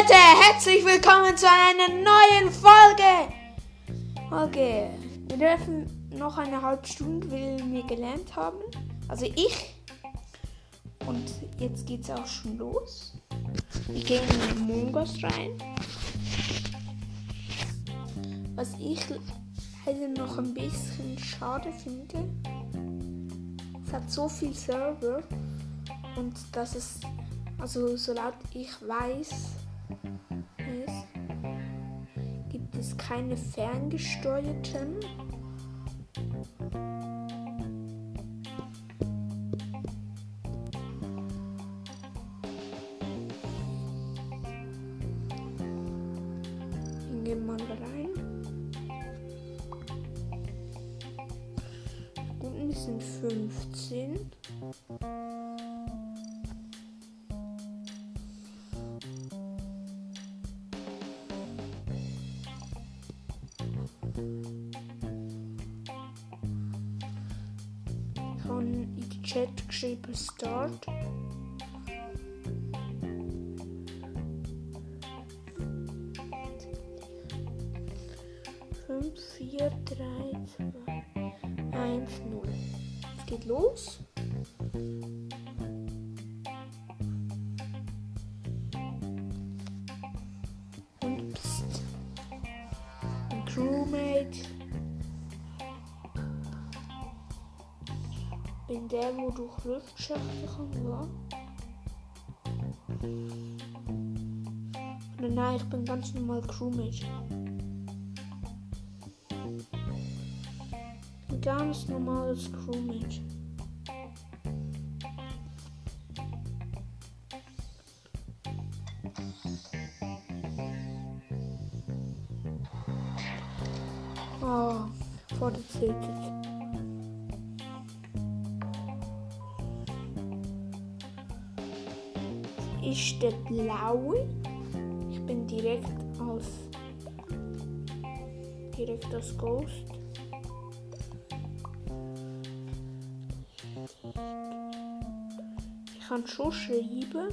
Leute, herzlich willkommen zu einer neuen Folge. Okay, wir dürfen noch eine halbe Stunde, weil wir gelernt haben. Also ich. Und jetzt geht's auch schon los. Wir gehen in Among Us rein. Was ich leider noch ein bisschen schade finde, es hat so viel Server und dass es, also so laut ich weiß, gibt es keine ferngesteuerten. Gehen wir mal rein. Unten sind 15. Ich habe in den Chat geschrieben Start. Fünf, 4, 3, 2, 1, 0. Es geht los. Und pst. Ein Crewmate. Bin der, wo durch Luftschächte kann, ja. Nein, ich bin ganz normal Crewmate. Ein ganz normales Crewmate. Oh, vorgetiltet. Ist der blaue. Ich bin direkt als Ghost. Ich kann schon schreiben.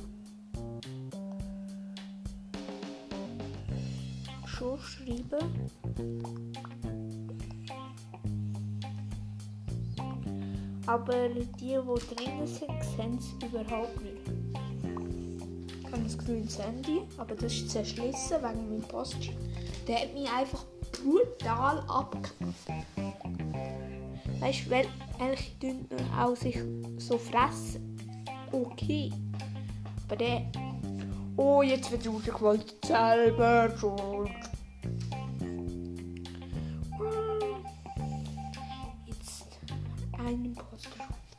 Aber die drinnen sind, sehen es überhaupt nicht. Ich habe das grünes Handy, aber das ist zerschlissen wegen meinem Post. Der hat mich einfach brutal abgeknallt. Weißt du, welche Dünner auch sich so fressen? Okay. Aber der. Oh, jetzt wird rausgewollt selber schuld. Jetzt ein Imposter.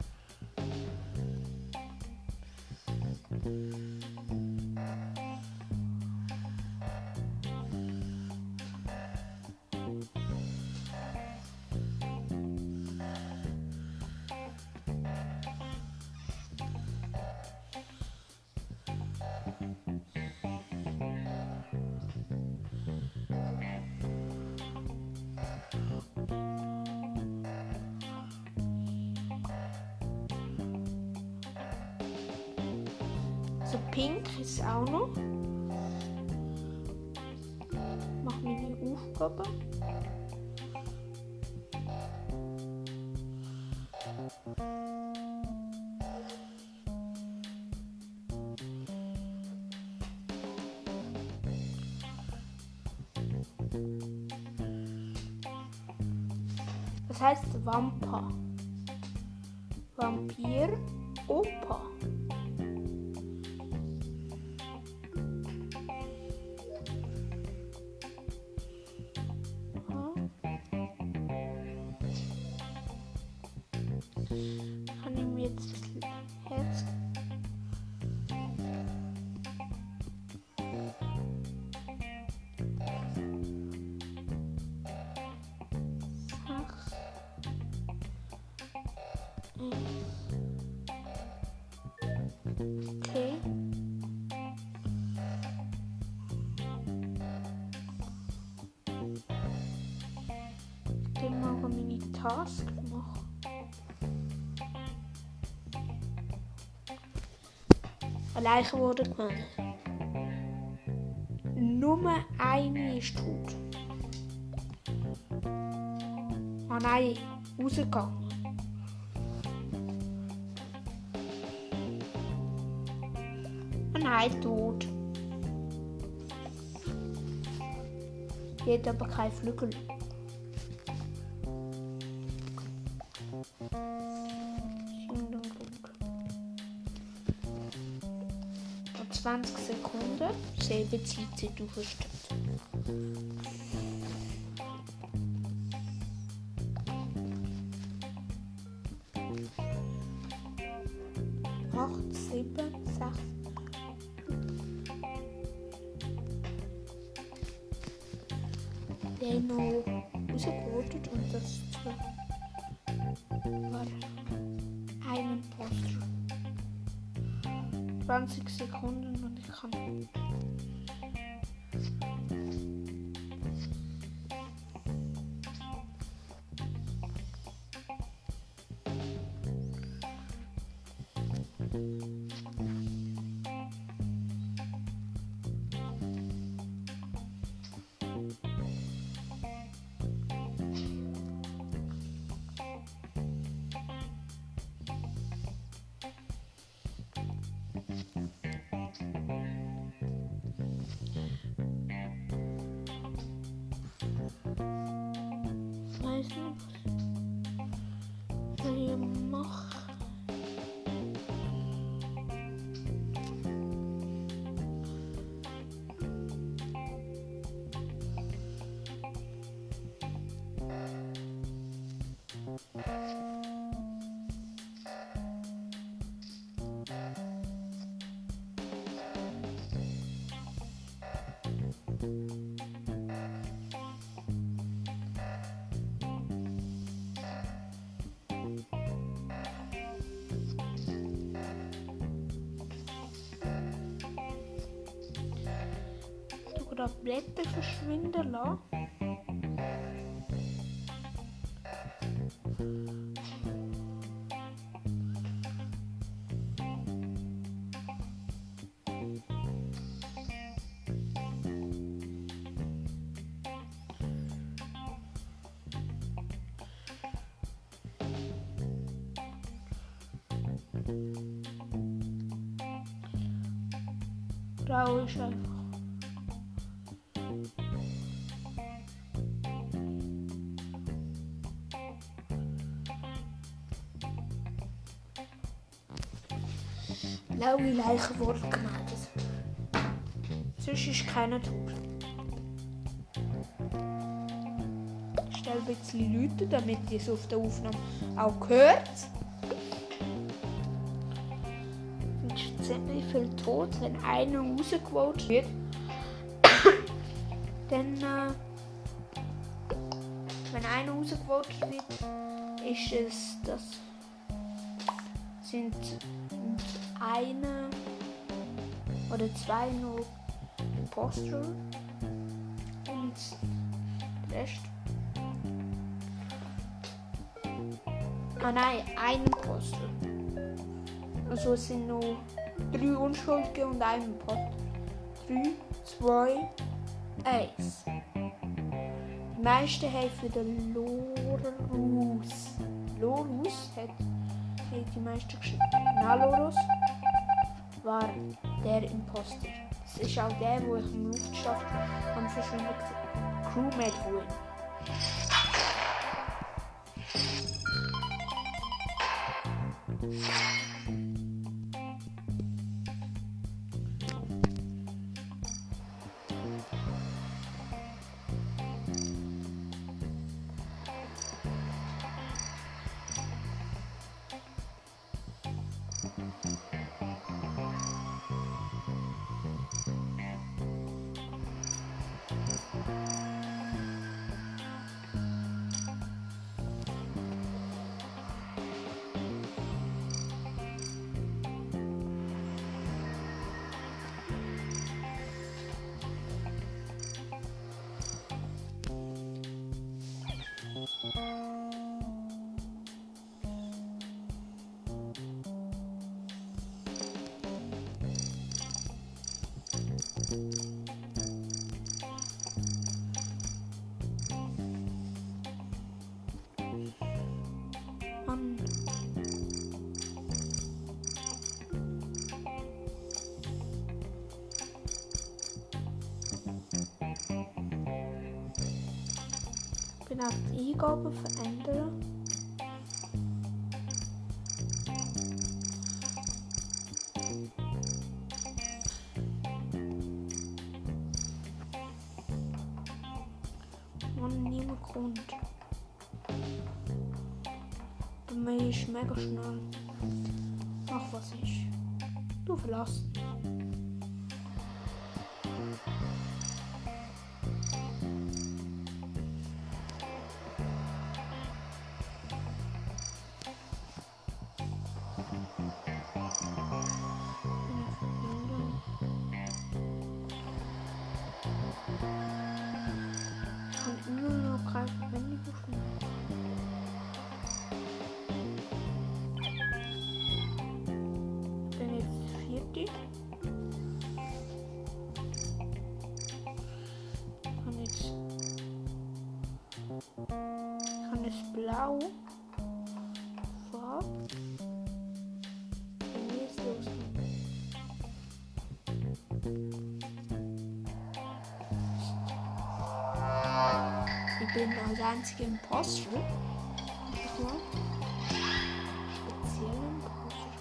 So pink ist auch noch. Mach meine Aufgabe. Das heißt Vampir Opa. Kann ich mir jetzt das Herz. Okay. Ich gehe mal meine Task machen. Leiche wurde gemeldet. Nur eine ist tot. Ah nein, rausgegangen. Ah nein, tot. Die hat aber keinen Flügel. Noch 20 Sekunden. Selbe Zeitzeit aufgestellt. Acht, 7, 6. Der hat noch rausgewartet und das war ein Imposter. 20 Sekunden und ich kann. Weiß nicht, was ich mache. Oder Blätter verschwinden lassen. Grau ist einfach. Blaue Leiche wurden gemeldet. Sonst ist keiner tot. Ich stelle ein bisschen Leute, damit ihr es auf der Aufnahme auch hört. Es sind ziemlich viel tot, wenn einer rausgeholt wird. Dann, wenn einer rausgeholt wird, ist es das. Sind eine oder zwei noch Imposter und der Rest. Ah nein, ein Imposter. Also es sind noch 3 Unschuldige und ein Imposter. 3, 2, 1. Die meisten haben für den Lorus. Lorus hat die meisten geschrieben. Nalorus war der Imposter. Das ist auch der, wo ich im Luftschacht am Verschwinden war. Crewmate Ruin. bin auf die Eingabe verändern. Und niemand kommt. Bei mir ist mega schnell. Ach, was ist? Du verlassen. Kann es blau? Farbe? Bei mir ist los. Ich bin als einziger Imposter. Speziell Imposter.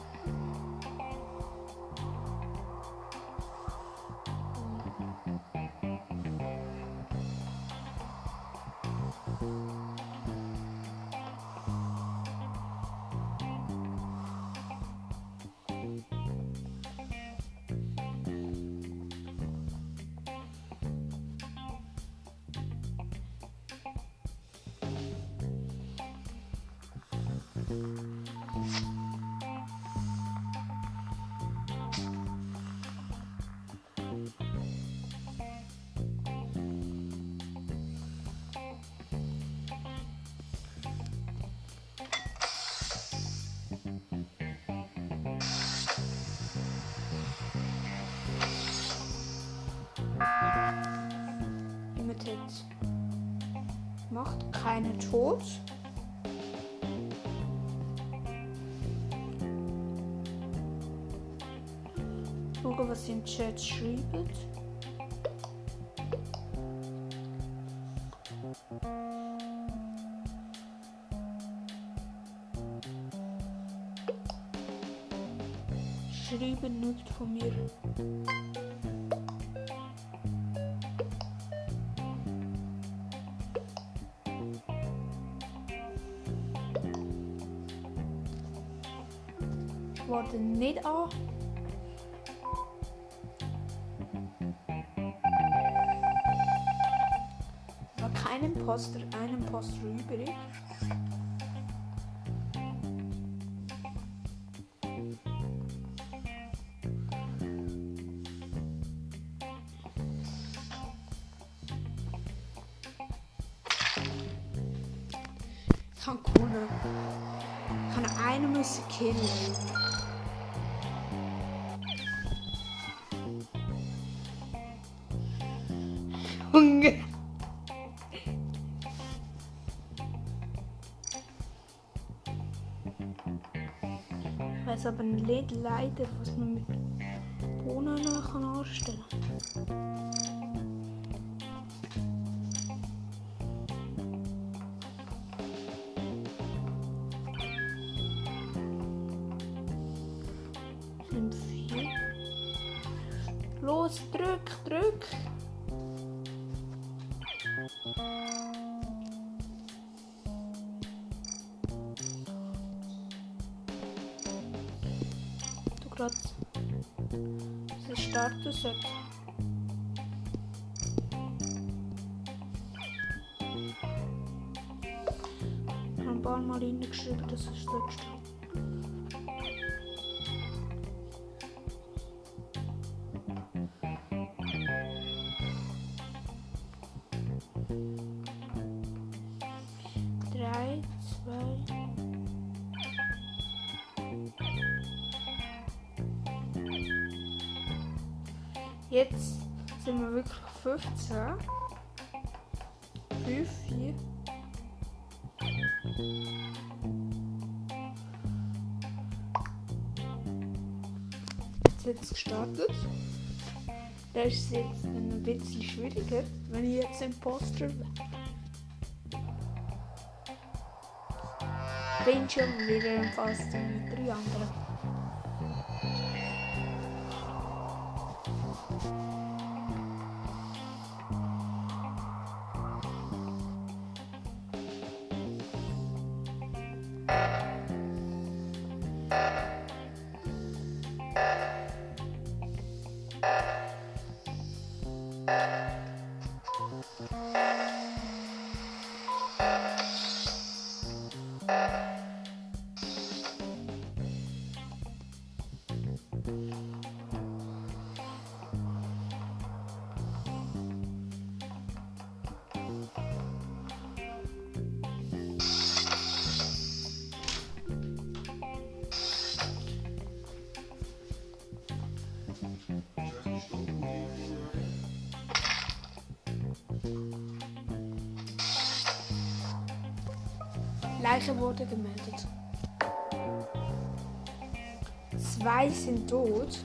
Macht keine tot. Schauen, was sie im Chat schreiben. Schreiben nicht von mir. Warte nicht an. War kein Imposter, ein Imposter übrig. Ich kann gewonnen. Ich kann einen müssen killen. Junge. Ich weiß aber nicht leider, was man mit Bohnen anstellen kann. Sind 4. Los, drück. Du gerade sie starten sollte. Ich habe ein paar Mal reingeschrieben, dass es dort steht. Jetzt sind wir wirklich 15. 5, 4. Jetzt hat es gestartet. Da ist es jetzt ein bisschen schwieriger, wenn ich jetzt Imposter wäre. Bildschirm wieder fast die 3 anderen. Leiche wurde gemeldet. 2 sind tot.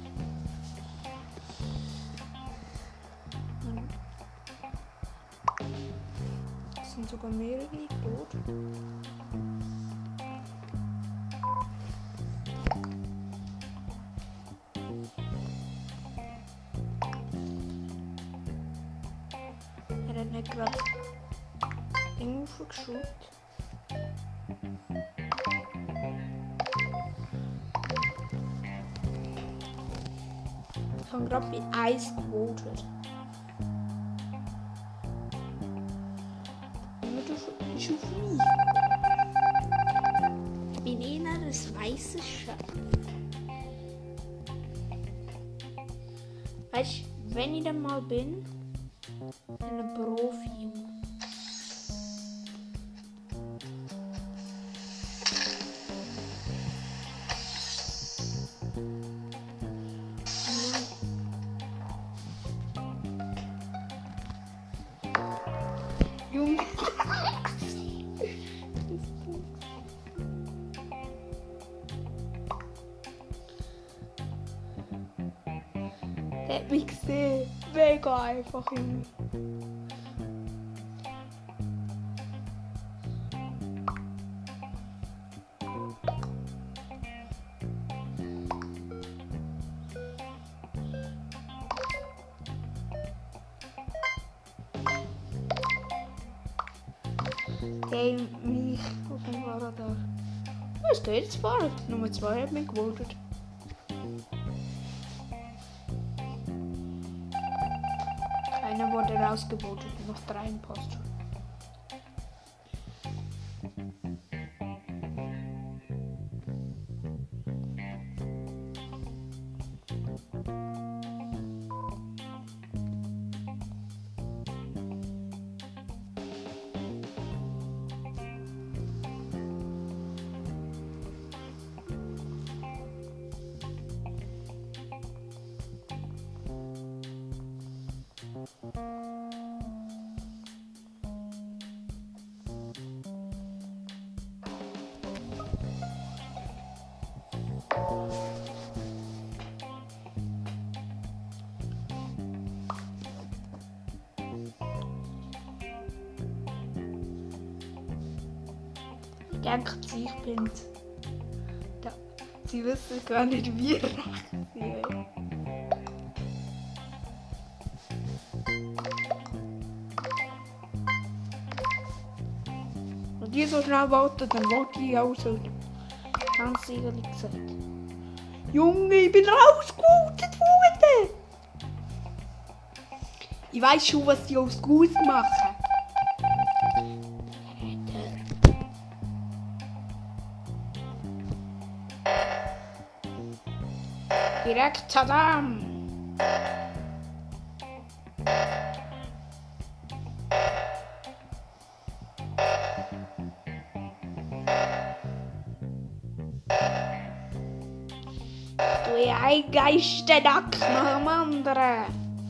Es sind sogar mehrere tot. Er hat nicht gerade irgendwo geschaut. Ich habe gerade bei 1 gewotet. Niemand ist auf mich. Ich bin eher das weiße Schaf. Weißt du, wenn ich dann mal bin, ein Profi. Junge. Der hat mich gesehen. Mega einfach, Junge. Hey, mich auf dem Fahrrad da. Was steht das Fahrrad? Nummer 2 hat mich gewotet. Einer wurde rausgevotet, noch 3 Imposter. Denkt sie, ich bin's. Ja, sie wissen gar nicht, wie recht sie ist. Und die so schnell warten, dann wollte ich auch so. Ganz ehrlich gesagt. Junge, ich bin rausgeroutet worden! Ich weiss schon, was die aufs Gut machen. Direkt tadam! Du ein Geisterdack nach dem anderen!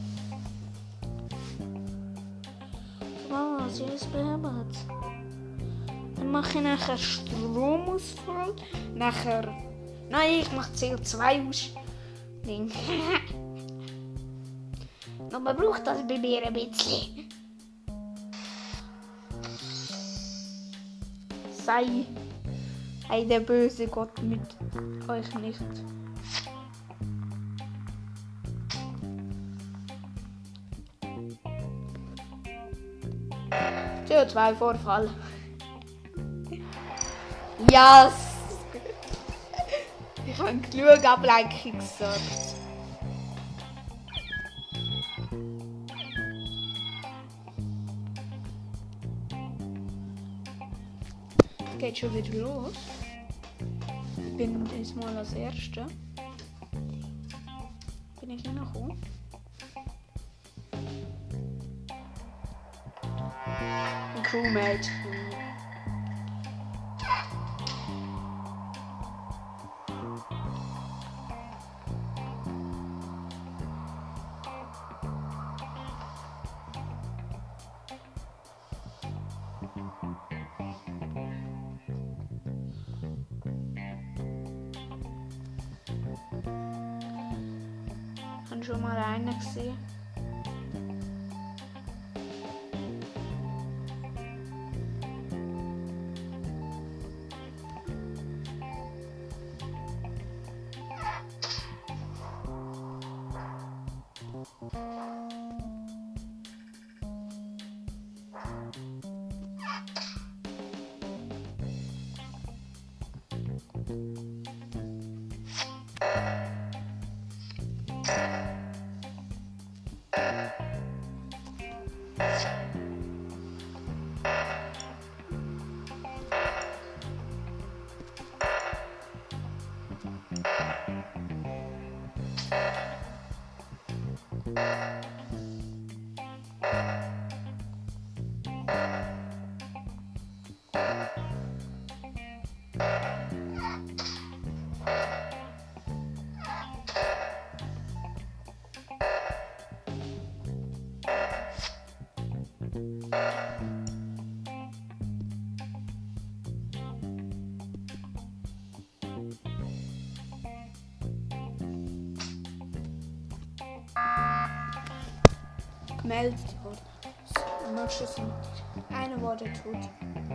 Oh, sie ist behämmert. Dann mache ich nachher Stromausfall. Nachher... Nein, ich mache CO2 aus. Aber man braucht das bei mir ein bisschen. Sei Hey, der böse Gott mit euch nicht. CO2-Vorfall. Yes! Ich habe genug Ablenkung gesorgt. Es geht schon wieder los. Ich bin diesmal als Erste. Bin ich reingekommen? Ein Crewmate. Ich habe schon mal einen gesehen. Gemeldet wurde. Emergency. Einer wurde tot.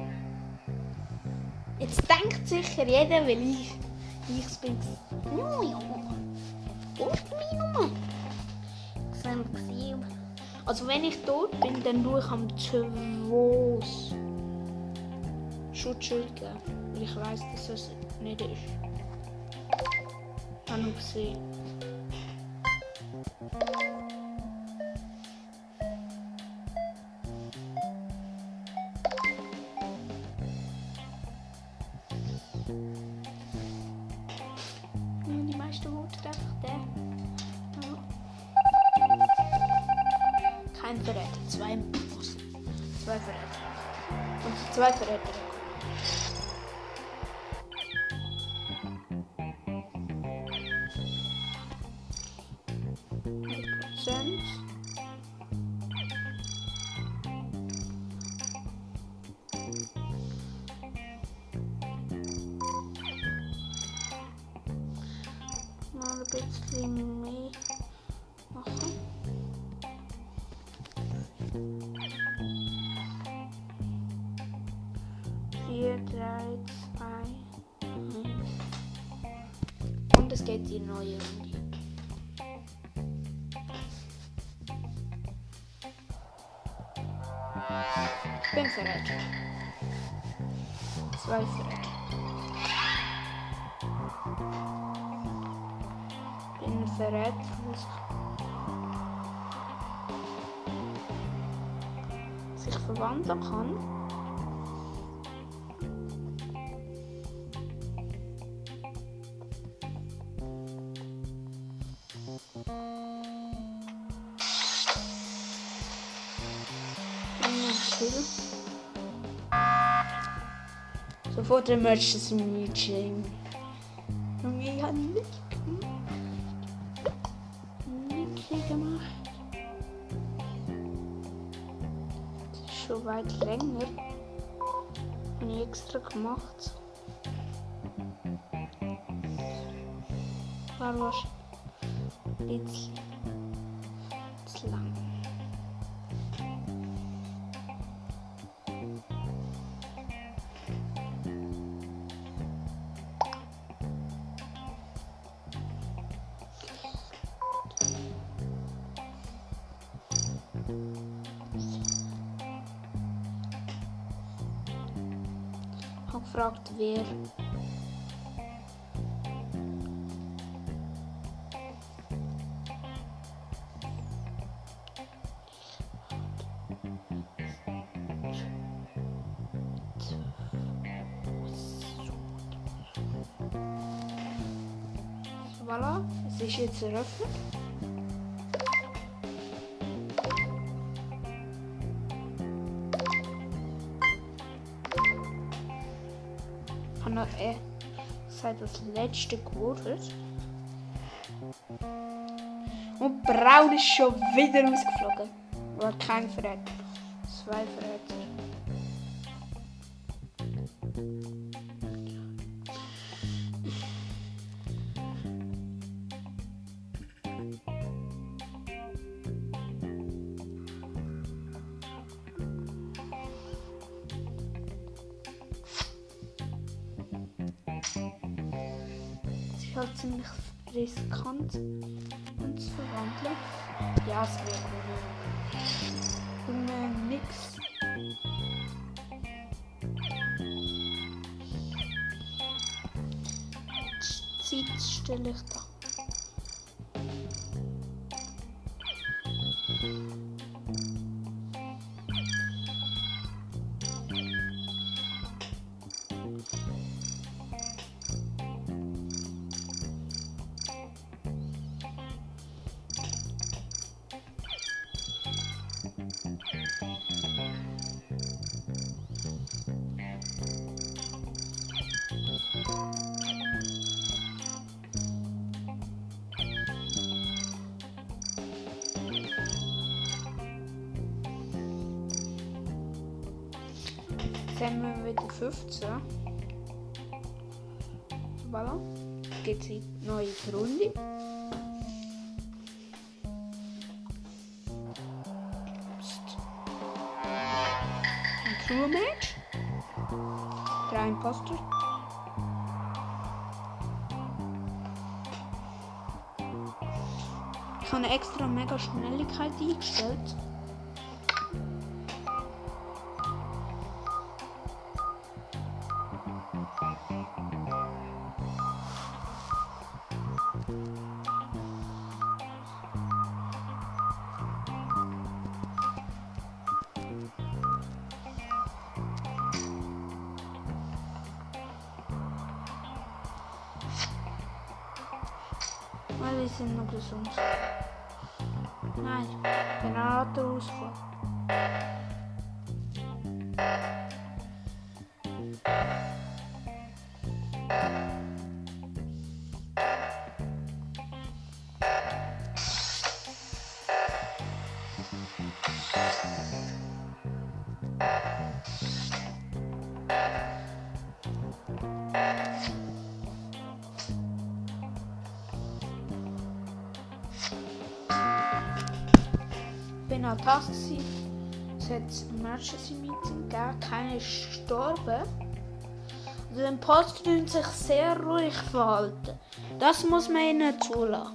Jetzt denkt sicher jeder, weil ich's bin. Ja, ja. Und meine Nummer. Das haben wir gesehen. Also wenn ich tot bin, dann tue ich am 2 Schutzschild geben. Weil ich weiss, dass es nicht ist. Ich habe noch gesehen. Die meisten Worte einfach der. Ja. Kein Verräter, 2 Verräter. Und die 2 Verräter. Mal ein bisschen mehr machen. Vier, 3, 2, 1. Und es geht die neue Runde. Ich bin Verräter. 2 Verräter. Bin Verräter. Sich verwandeln kann. Sofort Emergency Meeting. Und ich habe nichts gemacht. Das ist schon weit länger. Habe ich extra gemacht. War wahrscheinlich ein bisschen zu lang. Ich habe gefragt, wer. Voilà, es ist jetzt eröffnet. Seit das letzte geworden. Und Braun ist schon wieder rausgeflogen. War kein Verräter. 2 Verräter. Halt ziemlich riskant uns zu verwandeln. Ja, es wäre nix. Die Zeit stelle ich da. Jetzt haben wir wieder 15. Voilà. Geht es in die neue Runde. Ein Crew-Match. 3 Imposter. Ich habe eine extra mega Schnelligkeit eingestellt. Wir sind noch gesund. Nein, Generator-Ausfall. Ich war an Task. Es hat ein Emergency Meeting gegeben, keiner ist gestorben. Also der Imposter tut sich sehr ruhig verhalten. Das muss man ihnen zulassen.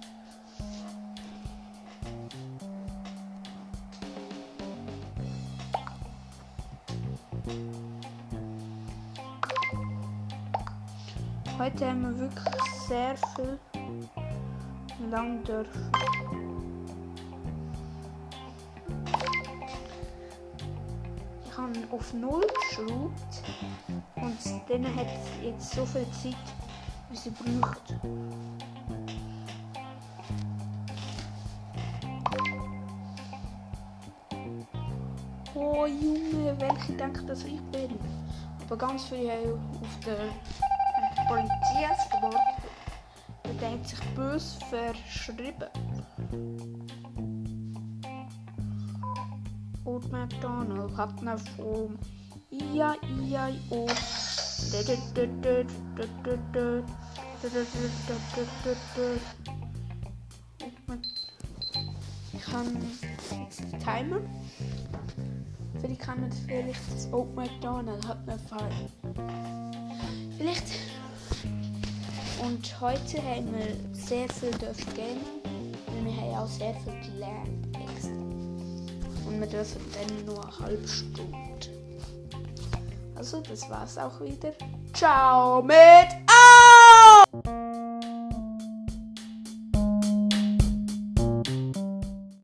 Heute haben wir wirklich sehr viel lang dürfen. Ich habe auf 0 geschraubt und dann hat es jetzt so viel Zeit, wie sie braucht. Oh Junge, welche denken, dass ich bin? Aber ganz viele haben auf der Polizei gewartet. Der hat sich böse verschrieben. Old MacDonald hat eine Form. I-I-I-O. Ich kann jetzt den Timer. Vielleicht kann man das Old MacDonald hat eine Form. Vielleicht. Und heute haben wir sehr viel gamen. Und wir haben auch sehr viel gelernt extra. Und wir dürfen dann nur eine halbe Stunde. Also, das war's auch wieder. Ciao mit